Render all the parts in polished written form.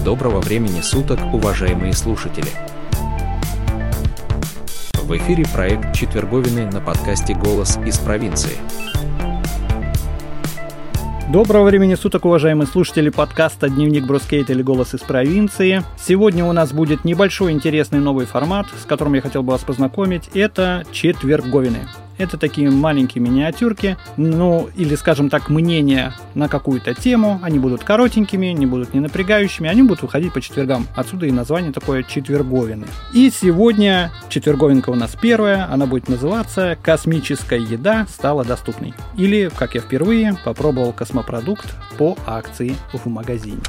Доброго времени суток, уважаемые слушатели! В эфире проект «Четверговины» на подкасте «Голос из провинции». Доброго времени суток, уважаемые слушатели подкаста «Дневник Броскейта» или «Голос из провинции». Сегодня у нас будет небольшой интересный новый формат, с которым я хотел бы вас познакомить. Это «Четверговины». Это такие маленькие миниатюрки, или, скажем так, мнения на какую-то тему. Они будут коротенькими, не будут не напрягающими, они будут выходить по четвергам. Отсюда и название такое «Четверговины». И сегодня четверговинка у нас первая, она будет называться «Космическая еда стала доступной». Или, как я впервые попробовал космопродукт по акции в магазине.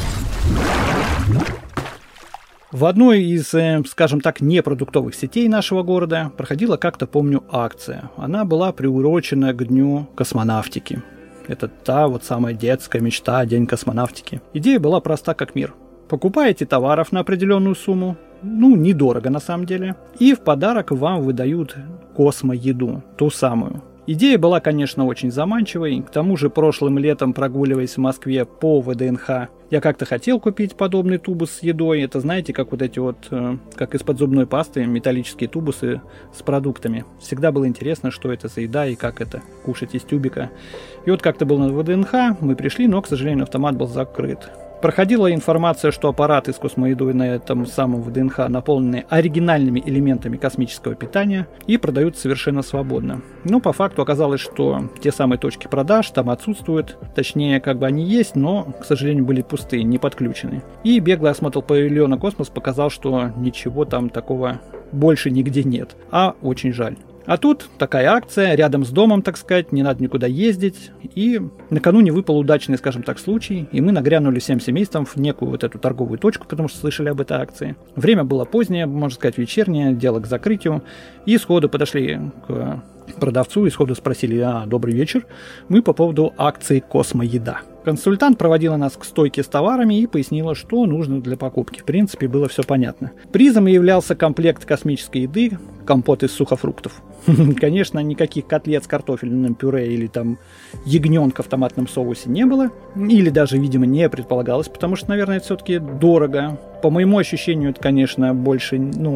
В одной из, скажем так, непродуктовых сетей нашего города проходила как-то, помню, акция. Она была приурочена к Дню космонавтики. Это та вот самая детская мечта, День космонавтики. Идея была проста как мир. Покупаете товаров на определенную сумму, недорого на самом деле, и в подарок вам выдают космоеду, ту самую. Идея была, конечно, очень заманчивой. К тому же прошлым летом, прогуливаясь в Москве по ВДНХ, я как-то хотел купить подобный тубус с едой. Это, знаете, как вот эти вот, как из-под зубной пасты, металлические тубусы с продуктами. Всегда было интересно, что это за еда и как это кушать из тюбика. И вот как-то был на ВДНХ, мы пришли, но, к сожалению, автомат был закрыт. Проходила информация, что аппараты с космоедой на этом самом ВДНХ наполнены оригинальными элементами космического питания и продаются совершенно свободно. Но по факту оказалось, что те самые точки продаж там отсутствуют. Точнее, они есть, но, к сожалению, были пустые, не подключены. И беглый осмотр павильона «Космос» показал, что ничего там такого больше нигде нет. А очень жаль. А тут такая акция, рядом с домом, так сказать, не надо никуда ездить. И накануне выпал удачный, скажем так, случай, и мы нагрянули всем семейством в некую вот эту торговую точку, потому что слышали об этой акции. Время было позднее, можно сказать, вечернее, дело к закрытию. И сходу подошли к продавцу и сходу спросили: добрый вечер, мы по поводу акции «Космоеда». Консультант проводила нас к стойке с товарами и пояснила, что нужно для покупки. В принципе, было все понятно. Призом являлся комплект космической еды, компот из сухофруктов. Конечно, никаких котлет с картофельным пюре или там ягненка в томатном соусе не было. Или даже, видимо, не предполагалось, потому что, наверное, это все-таки дорого. По моему ощущению, это, конечно, больше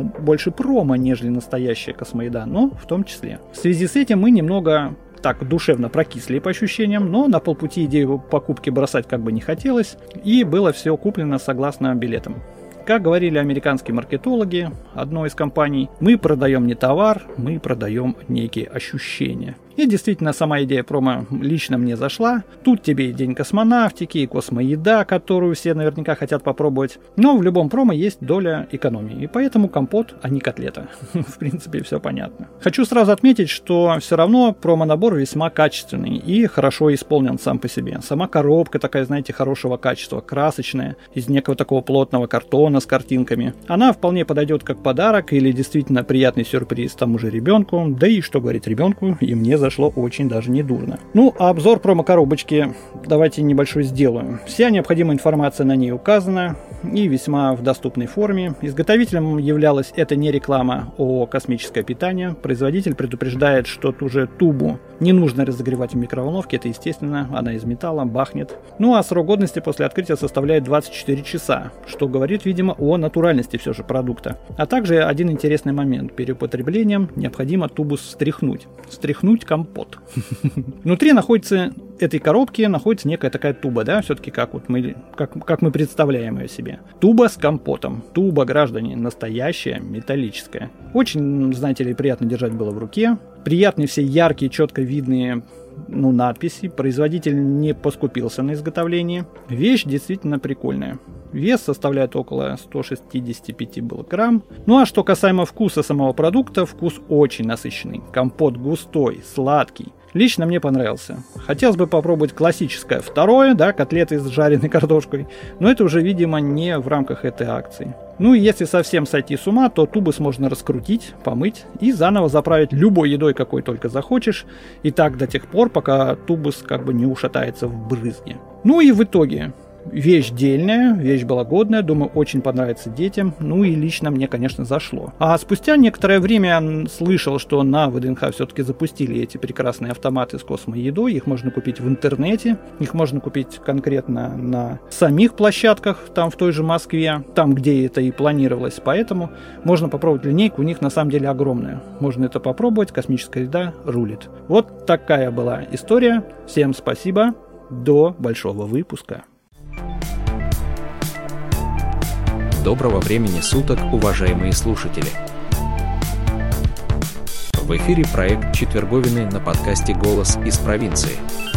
промо, нежели настоящая космоеда, но в том числе. В связи с этим мы немного так душевно прокисли по ощущениям, но на полпути идею покупки бросать не хотелось, и было все куплено согласно билетам. Как говорили американские маркетологи одной из компаний, мы продаем не товар, мы продаем некие ощущения. И действительно, сама идея промо лично мне зашла. Тут тебе и День космонавтики, и космоеда, которую все наверняка хотят попробовать. Но в любом промо есть доля экономии. И поэтому компот, а не котлета. В принципе, все понятно. Хочу сразу отметить, что все равно промо-набор весьма качественный и хорошо исполнен сам по себе. Сама коробка такая, знаете, хорошего качества, красочная, из некого такого плотного картона с картинками. Она вполне подойдет как подарок или действительно приятный сюрприз тому же ребенку. Да и что говорить ребенку, и мне зашло очень даже недурно. А обзор промо-коробочки давайте небольшой сделаю. Вся необходимая информация на ней указана и весьма в доступной форме. Изготовителем являлась это не реклама ООО «Космическое питание». Производитель предупреждает, что ту же тубу не нужно разогревать в микроволновке, это естественно, она из металла, бахнет. А срок годности после открытия составляет 24 часа, что говорит, видимо, о натуральности все же продукта. А также один интересный момент. Перед употреблением необходимо тубус встряхнуть. Встряхнуть компот. Внутри этой коробки находится некая такая туба, да, все-таки как мы представляем ее себе. Туба с компотом. Туба, граждане, настоящая, металлическая. Очень, знаете ли, приятно держать было в руке. Приятные все яркие, четко видные надписи. Производитель не поскупился на изготовлении. Вещь действительно прикольная. Вес составляет около 165 грамм. А что касаемо вкуса самого продукта, вкус очень насыщенный. Компот густой, сладкий. Лично мне понравился. Хотелось бы попробовать классическое второе, котлеты с жареной картошкой, но это уже, видимо, не в рамках этой акции. Если совсем сойти с ума, то тубус можно раскрутить, помыть и заново заправить любой едой, какой только захочешь, и так до тех пор, пока тубус не ушатается в брызги. И в итоге Вещь дельная, вещь была годная, думаю, очень понравится детям. Ну и лично мне, конечно, зашло. А спустя некоторое время я слышал, что на ВДНХ все-таки запустили эти прекрасные автоматы с космоедой. Их можно купить в интернете, их можно купить конкретно на самих площадках, там в той же Москве, там, где это и планировалось. Поэтому можно попробовать линейку, у них на самом деле огромная. Можно это попробовать, космическая еда рулит. Вот такая была история. Всем спасибо, до большого выпуска. Доброго времени суток, уважаемые слушатели! В эфире проект «Четверговины» на подкасте «Голос из провинции».